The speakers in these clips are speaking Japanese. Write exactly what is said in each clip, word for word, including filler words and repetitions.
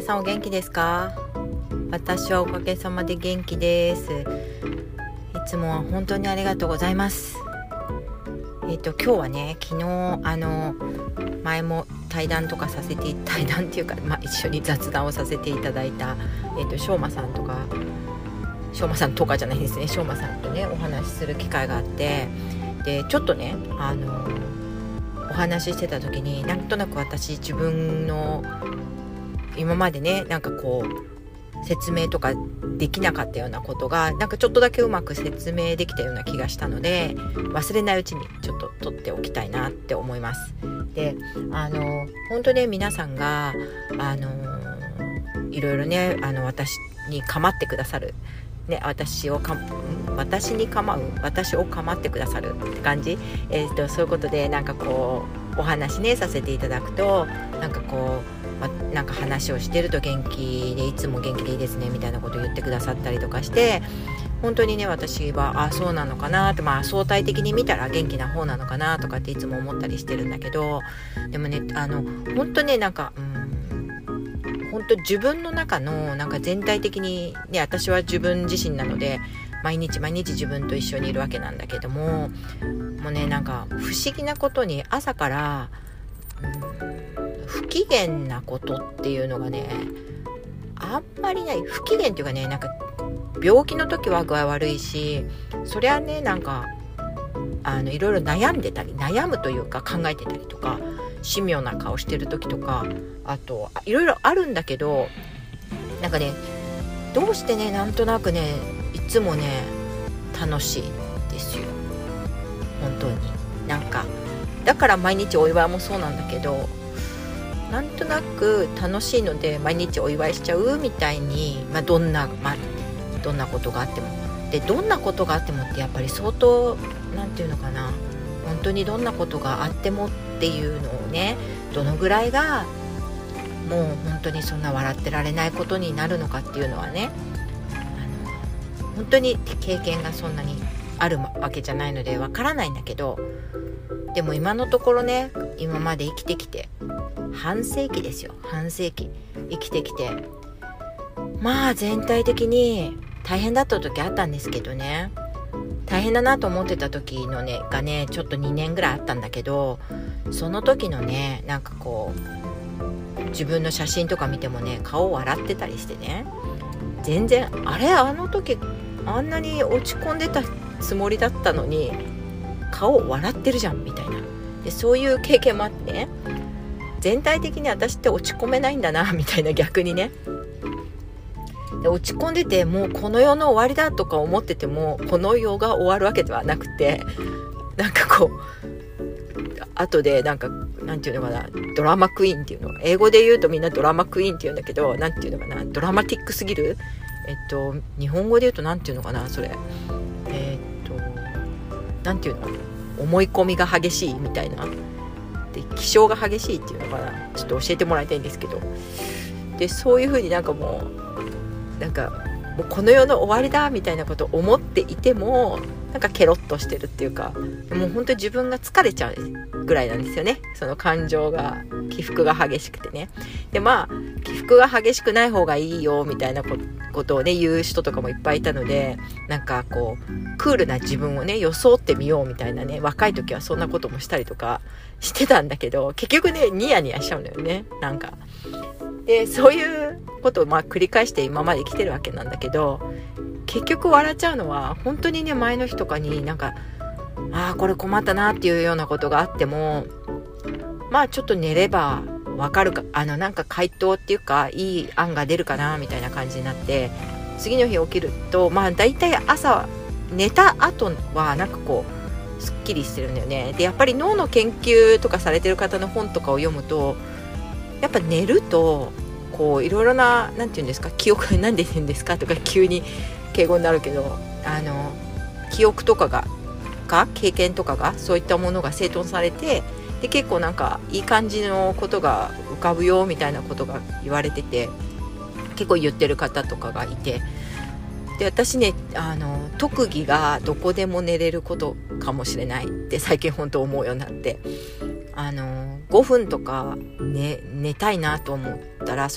さんお元気ですか？私はおかげさまで元気です。いつもは本当にありがとうございます。えっと今日はね、昨日あの前も対談とかさせて対談っていうか、まあ、一緒に雑談をさせていただいた、えっと、しょうまさんとかしょうまさんとかじゃないですねしょうまさんとねお話しする機会があって、でちょっとねあのお話ししてた時になんとなく私自分の今までねなんかこう説明とかできなかったようなことがなんかちょっとだけうまく説明できたような気がしたので、忘れないうちにちょっと取っておきたいなって思います。であの本当ね皆さんがあのいろいろねあの私に構ってくださるね、私をか私に構う私を構ってくださるって感じ、えー、とそういうことでなんかこうお話ねさせていただくとなんかこう、ま、なんか話をしてると元気でいつも元気でいいですねみたいなことを言ってくださったりとかして、本当にね私はあそうなのかなって、まあ相対的に見たら元気な方なのかなとかっていつも思ったりしてるんだけど、でもねあの本当ねなんかうん本当自分の中のなんか全体的にね、私は自分自身なので毎日毎日自分と一緒にいるわけなんだけども、もうねなんか不思議なことに朝から、うん、不機嫌なことっていうのがねあんまりない。不機嫌っていうかねなんか病気の時は具合悪いし、そりゃねなんかあのいろいろ悩んでたり悩むというか考えてたりとか奇妙な顔してる時とかあといろいろあるんだけど、なんかねどうしてねなんとなくねいつもね楽しいですよ本当に。なんかだから毎日お祝いもそうなんだけどなんとなく楽しいので毎日お祝いしちゃうみたいに、まあ、どんな、まあ、どんなことがあってもでどんなことがあってもってやっぱり相当なんていうのかな本当にどんなことがあってもっていうのをねどのぐらいがもう本当にそんな笑ってられないことになるのかっていうのはねあの本当に経験がそんなにあるわけじゃないのでわからないんだけど、でも今のところね今まで生きてきて半世紀ですよ半世紀生きてきてまあ全体的に大変だった時あったんですけどね、大変だなと思ってた時のねがねちょっとにねんぐらいあったんだけど、その時のねなんかこう自分の写真とか見てもね顔を笑ってたりしてね、全然あれあの時あんなに落ち込んでたつもりだったのに顔笑ってるじゃんみたいな、でそういう経験もあってね全体的に私って落ち込めないんだなみたいな、逆にねで落ち込んでてもうこの世の終わりだとか思っててもこの世が終わるわけではなくて、なんかこう後でなんかなんていうのかなドラマクイーンっていうの英語で言うとみんなドラマクイーンって言うんだけど、なんていうのかなドラマティックすぎるえっと日本語で言うとなんていうのかなそれえっとなんていうの思い込みが激しいみたいなで気性が激しいっていうのかなちょっと教えてもらいたいんですけど、でそういう風になんかもうなんかもうこの世の終わりだみたいなことを思っていてもなんかケロッとしてるっていうか、もう本当に自分が疲れちゃうぐらいなんですよね、その感情が起伏が激しくてね。でまあ起伏が激しくない方がいいよみたいなことをね言う人とかもいっぱいいたので、なんかこうクールな自分をね装ってみようみたいなね、若い時はそんなこともしたりとかしてたんだけど、結局ねニヤニヤしちゃうのよねなんか。でそういうことをまあ繰り返して今まで来てるわけなんだけど、結局笑っちゃうのは本当にね前の日とかになんかあーこれ困ったなっていうようなことがあってもまあちょっと寝ればわかるかあのなんか回答っていうかいい案が出るかなみたいな感じになって、次の日起きるとまあだいたい朝寝た後はなんかこうすっきりしてるんだよね。でやっぱり脳の研究とかされてる方の本とかを読むとやっぱ寝るとこういろいろななんていうんですか記憶なんで言うんですかとか急に敬語になるけどあの記憶とかがか経験とかがそういったものが整頓されて、で結構なんかいい感じのことが浮かぶよみたいなことが言われてて、結構言ってる方とかがいて、で私ねあの特技がどこでも寝れることかもしれないって最近本当思うようになって、あのごふんとか、ね、寝たいなと思ったらそれ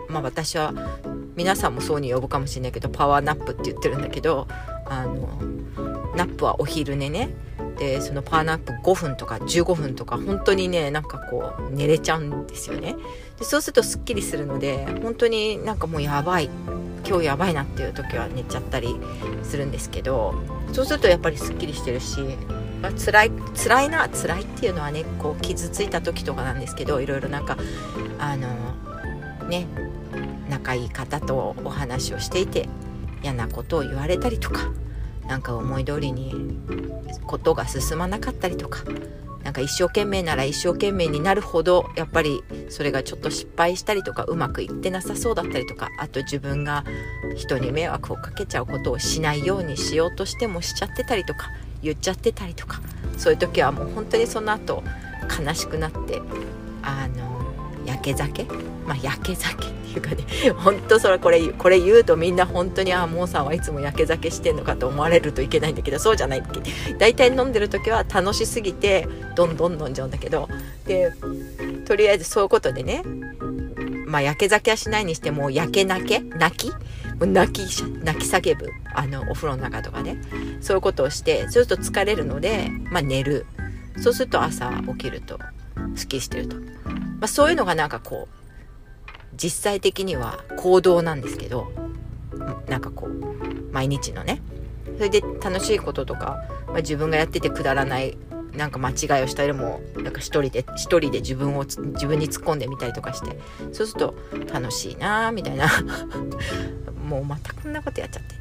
まあ私は皆さんもそうに呼ぶかもしれないけどパワーナップって言ってるんだけど、あのナップはお昼寝ね。でそのパワーナップごふんとかじゅうごふんとか本当にねなんかこう寝れちゃうんですよね。でそうするとすっきりするので本当になんかもうやばい今日やばいなっていう時は寝ちゃったりするんですけど、そうするとやっぱりすっきりしてるし、まあ、辛い辛いな辛いっていうのはねこう傷ついた時とかなんですけど、いろいろなんかあのね仲いい方とお話をしていて嫌なことを言われたりとか、なんか思い通りにことが進まなかったりとか、なんか一生懸命なら一生懸命になるほどやっぱりそれがちょっと失敗したりとかうまくいってなさそうだったりとか、あと自分が人に迷惑をかけちゃうことをしないようにしようとしてもしちゃってたりとか言っちゃってたりとか、そういう時はもう本当にその後悲しくなってあのやけ酒まあやけ酒っていうかね本当それこれこれ言うとみんな本当にあモーさんはいつもやけ酒してんのかと思われるといけないんだけど、そうじゃないっけ。大体飲んでる時は楽しすぎてどんどん飲んじゃうんだけど、でとりあえずそういうことでね、まあやけ酒はしないにしてもやけ泣け泣き泣き泣き叫ぶあのお風呂の中とかね、そういうことをしてそうすると疲れるので、まあ、寝る。そうすると朝起きるとすっきりしてると、まあ、そういうのがなんかこう実際的には行動なんですけど、なんかこう毎日のねそれで楽しいこととか、まあ、自分がやっててくだらないなんか間違いをしたりもなんか一人で一人で自分を自分に突っ込んでみたりとかして、そうすると楽しいなみたいなもうまたこんなことやっちゃって、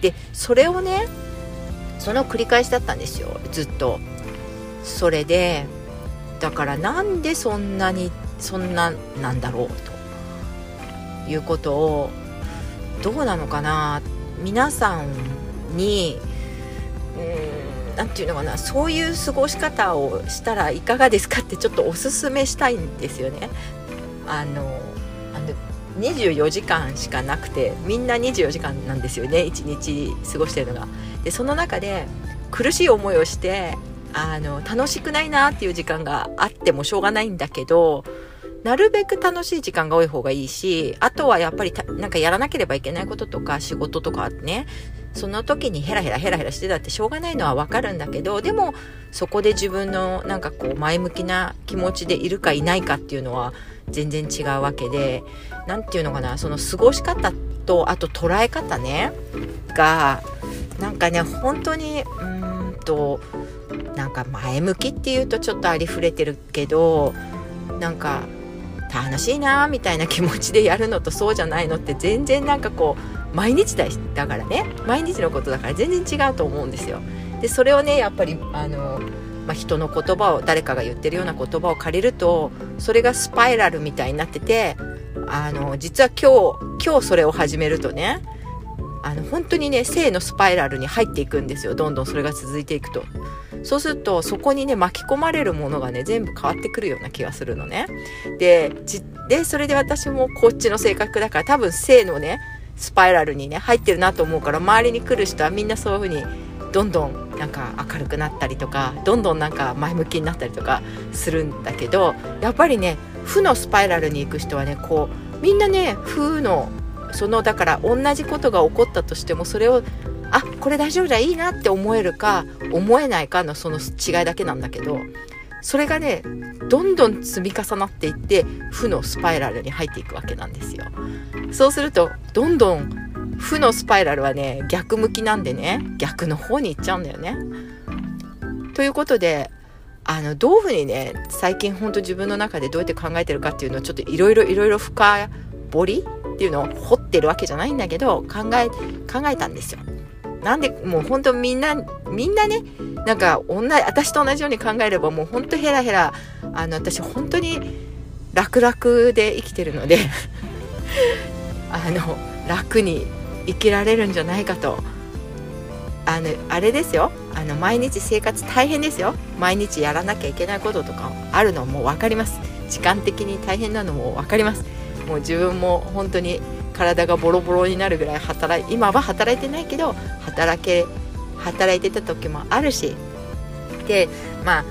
でそれをねその繰り返しだったんですよずっと。それでだからなんでそんなにそんななんだろうということをどうなのかな、皆さんにうーんなんていうのかな、そういう過ごし方をしたらいかがですかってちょっとおすすめしたいんですよね。あのあのにじゅうよじかんしかなくてみんなにじゅうよじかんなんですよね、いちにち過ごしてるのが。でその中で苦しい思いをしてあの楽しくないなっていう時間があってもしょうがないんだけど、なるべく楽しい時間が多い方がいいし、あとはやっぱりなんかやらなければいけないこととか仕事とかね、その時にヘラヘラヘラヘラしてたってしょうがないのはわかるんだけど、でもそこで自分のなんかこう前向きな気持ちでいるかいないかっていうのは全然違うわけで、なんていうのかな、その過ごし方とあと捉え方ねがなんかね本当にうーんとなんか前向きっていうとちょっとありふれてるけど、なんか楽しいなみたいな気持ちでやるのとそうじゃないのって全然なんかこう毎日だだからね毎日のことだから全然違うと思うんですよ。でそれをねやっぱりあの、まあ、人の言葉を誰かが言ってるような言葉を借りるとそれがスパイラルみたいになってて、あの実は今日今日それを始めるとねあの本当にね正のスパイラルに入っていくんですよ。どんどんそれが続いていくと、そうするとそこにね巻き込まれるものがね全部変わってくるような気がするのね。ででそれで私もこっちの性格だから多分正のねスパイラルにね入ってるなと思うから、周りに来る人はみんなそういう風にどんどんなんか明るくなったりとかどんどんなんか前向きになったりとかするんだけど、やっぱりね負のスパイラルに行く人はねこうみんなね負のそのだから同じことが起こったとしてもそれをあこれ大丈夫だいいなって思えるか思えないかのその違いだけなんだけど、それがねどんどん積み重なっていって負のスパイラルに入っていくわけなんですよ。そうするとどんどん負のスパイラルはね逆向きなんでね逆の方に行っちゃうんだよね。ということであのどういうふうにね最近本当自分の中でどうやって考えてるかっていうのをちょっといろいろいろいろ深掘りっていうのを掘ってるわけじゃないんだけど考え考えたんですよ。なんでもう本当みんなみんなねなんか同じ私と同じように考えればもう本当ヘラヘラあの私本当に楽々で生きてるのであの楽に生きられるんじゃないかと。あのあれですよ、あの毎日生活大変ですよ。毎日やらなきゃいけないこととかあるのも分かります。時間的に大変なのも分かります。もう自分も本当に体がボロボロになるぐらい働い今は働いてないけど働け働いてた時もあるし、でまあ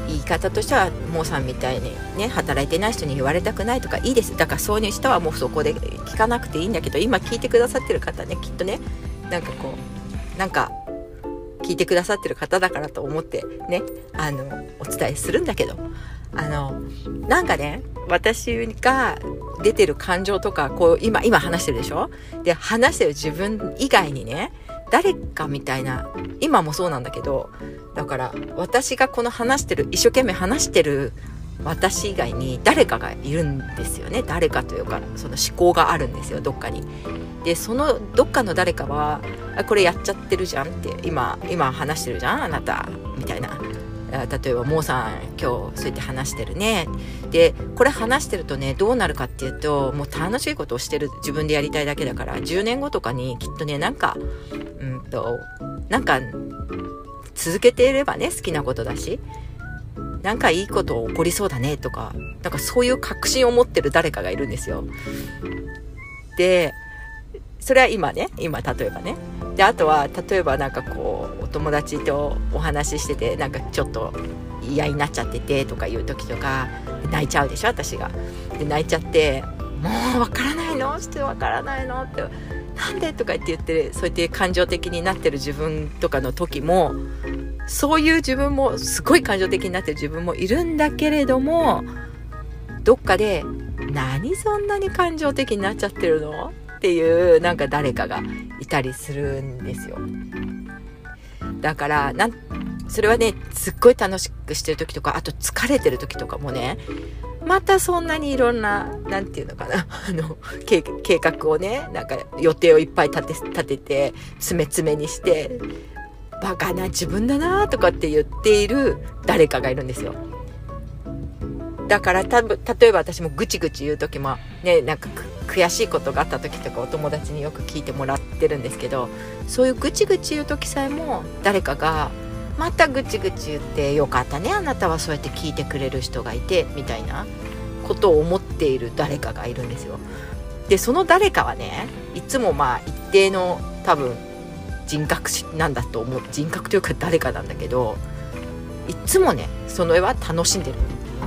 言い方としてはモーさんみたいにね働いてない人に言われたくないとかいいです。だからそういう人はもうそこで聞かなくていいんだけど、今聞いてくださってる方ね、きっとねなんかこうなんか聞いてくださってる方だからと思ってねあのお伝えするんだけど、あのなんかね私が出てる感情とかこう今今話してるでしょ。で話してる自分以外にね誰かみたいな、今もそうなんだけど、だから私がこの話してる一生懸命話してる私以外に誰かがいるんですよね。誰かというかその思考があるんですよ、どっかに。でそのどっかの誰かはこれやっちゃってるじゃんって今今話してるじゃんあなたみたいな。例えばモーさん今日そうやって話してるね。でこれ話してるとねどうなるかっていうと、もう楽しいことをしてる自分でやりたいだけだから、じゅうねんごとかにきっとねなんかうんとなんか続けていればね好きなことだし、なんかいいこと起こりそうだねとか、なんかそういう確信を持ってる誰かがいるんですよ。でそれは今ね今例えばね。であとは例えばなんかこうお友達とお話ししててなんかちょっと嫌になっちゃっててとかいう時とか泣いちゃうでしょ私が。で泣いちゃってもうわからないのしてわからないのってなんでとか言って言ってそうやって感情的になってる自分とかの時も、そういう自分もすごい感情的になってる自分もいるんだけれども、どっかで何そんなに感情的になっちゃってるのっていうなんか誰かがいたりするんですよ。だからなんそれはねすっごい楽しくしてる時とか、あと疲れてる時とかもねまたそんなにいろんななんていうのかなあの計, 計画をねなんか予定をいっぱい立て立てて詰め詰めにしてバカな自分だなとかって言っている誰かがいるんですよ。だからたぶ例えば私もぐちぐち言う時もねなんか悔しいことがあった時とかお友達によく聞いてもらってるんですけど、そういうぐちぐち言う時さえも誰かがまたぐちぐち言ってよかったねあなたはそうやって聞いてくれる人がいてみたいなことを思っている誰かがいるんですよ。でその誰かはねいつもまあ一定の多分人格なんだと思う、人格というか誰かなんだけど、いつもねその絵は楽しんでる。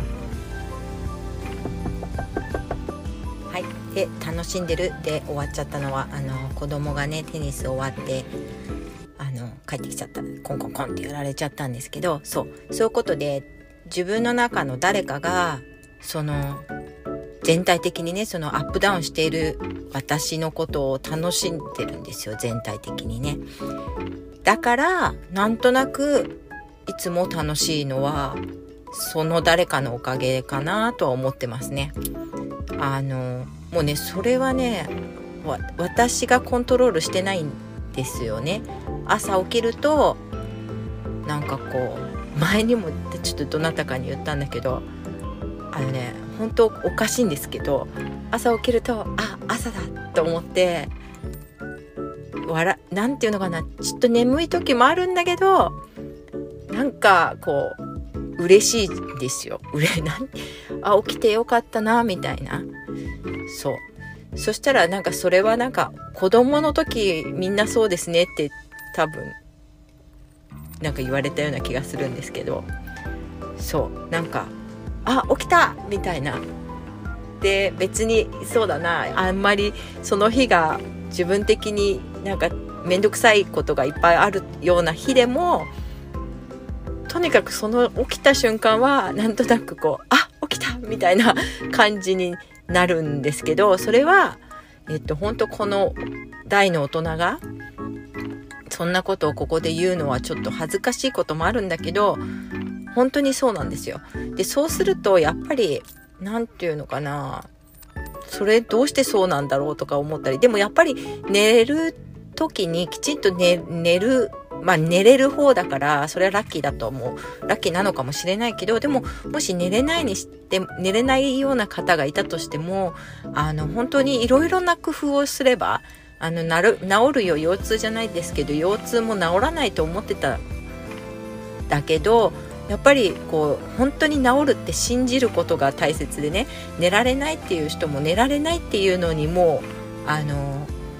はいで楽しんでるで終わっちゃったのはあの子供がねテニス終わってあの帰ってきちゃった、コンコンコンってやられちゃったんですけど、そうそういうことで自分の中の誰かがその全体的にねそのアップダウンしている私のことを楽しんでるんですよ、全体的にね。だからなんとなくいつも楽しいのはその誰かのおかげかなとは思ってますね。あのもうねそれはねわ私がコントロールしてないんですよね。朝起きるとなんかこう前にもちょっとどなたかに言ったんだけど、あのね本当おかしいんですけど、朝起きるとあ朝だと思って笑なんていうのかな、ちょっと眠い時もあるんだけどなんかこう嬉しいんですよ。うれなんあ起きてよかったなみたいな。そうそしたらなんかそれはなんか子供の時みんなそうですねって多分なんか言われたような気がするんですけど、そうなんかあ起きたみたいな。で別にそうだなあんまりその日が自分的になんかめんどくさいことがいっぱいあるような日でもとにかくその起きた瞬間はなんとなくこうあ起きたみたいな感じになるんですけど、それはえっと本当この大の大人がそんなことをここで言うのはちょっと恥ずかしいこともあるんだけど本当にそうなんですよ。でそうするとやっぱりなんていうのかな、それどうしてそうなんだろうとか思ったり、でもやっぱり寝る時にきちんと 寝, 寝るまあ寝れる方だからそれはラッキーだと思う、ラッキーなのかもしれないけど、でももし寝れないにして寝れないような方がいたとしてもあの本当にいろいろな工夫をすればあのなる治るよ。腰痛じゃないですけど腰痛も治らないと思ってただけどやっぱりこう本当に治るって信じることが大切でね、寝られないっていう人も寝られないっていうのにもあの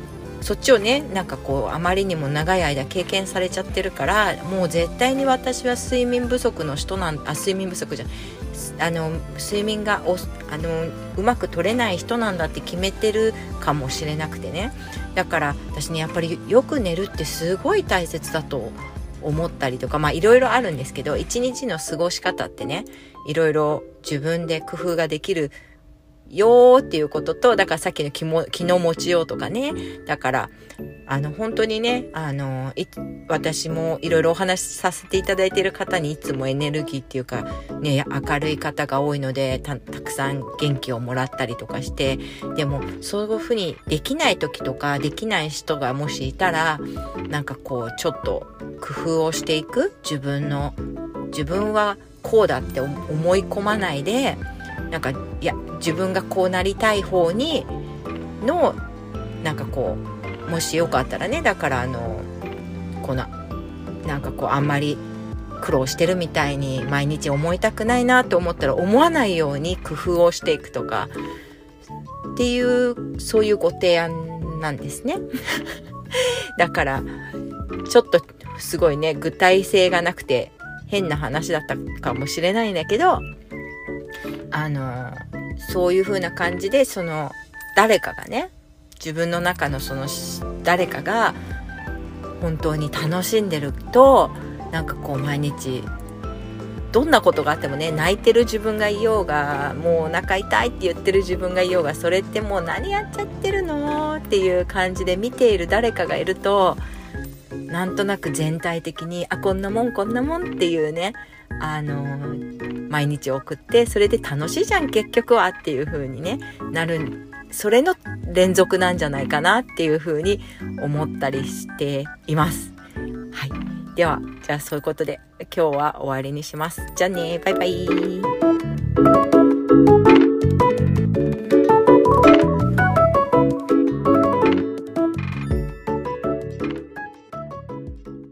そっちをねなんかこうあまりにも長い間経験されちゃってるから、もう絶対に私は睡眠不足の人なんあ睡眠不足じゃあの睡眠がおあのうまく取れない人なんだって決めてるかもしれなくてね。だから私ねやっぱりよく寝るってすごい大切だと思ったりとか、まあいろいろあるんですけど、一日の過ごし方ってねいろいろ自分で工夫ができるよーっていうことと、だからさっきの気も気の持ちようとかね、だからあの本当にねあのい私もいろいろお話しさせていただいている方にいつもエネルギーっていうかね明るい方が多いので た, たくさん元気をもらったりとかして、でもそういうふうにできない時とかできない人がもしいたら、なんかこうちょっと工夫をしていく、自分の自分はこうだって思い込まないで、なんかいや自分がこうなりたい方にのなんかこうもしよかったらね、だからあのこのなんかこうあんまり苦労してるみたいに毎日思いたくないなと思ったら思わないように工夫をしていくとかっていうそういうご提案なんですねだからちょっとすごいね具体性がなくて変な話だったかもしれないんだけど、あのそういう風な感じでその誰かがね自分の中のその誰かが本当に楽しんでると、なんかこう毎日どんなことがあってもね、泣いてる自分がいようがもうお腹痛いって言ってる自分がいようが、それってもう何やっちゃってるのっていう感じで見ている誰かがいると、なんとなく全体的にあこんなもんこんなもんっていうねあの毎日送って、それで楽しいじゃん結局はっていう風にねなる、それの連続なんじゃないかなっていう風に思ったりしています。はい、ではじゃあそういうことで今日は終わりにします。じゃあね、バイバイ。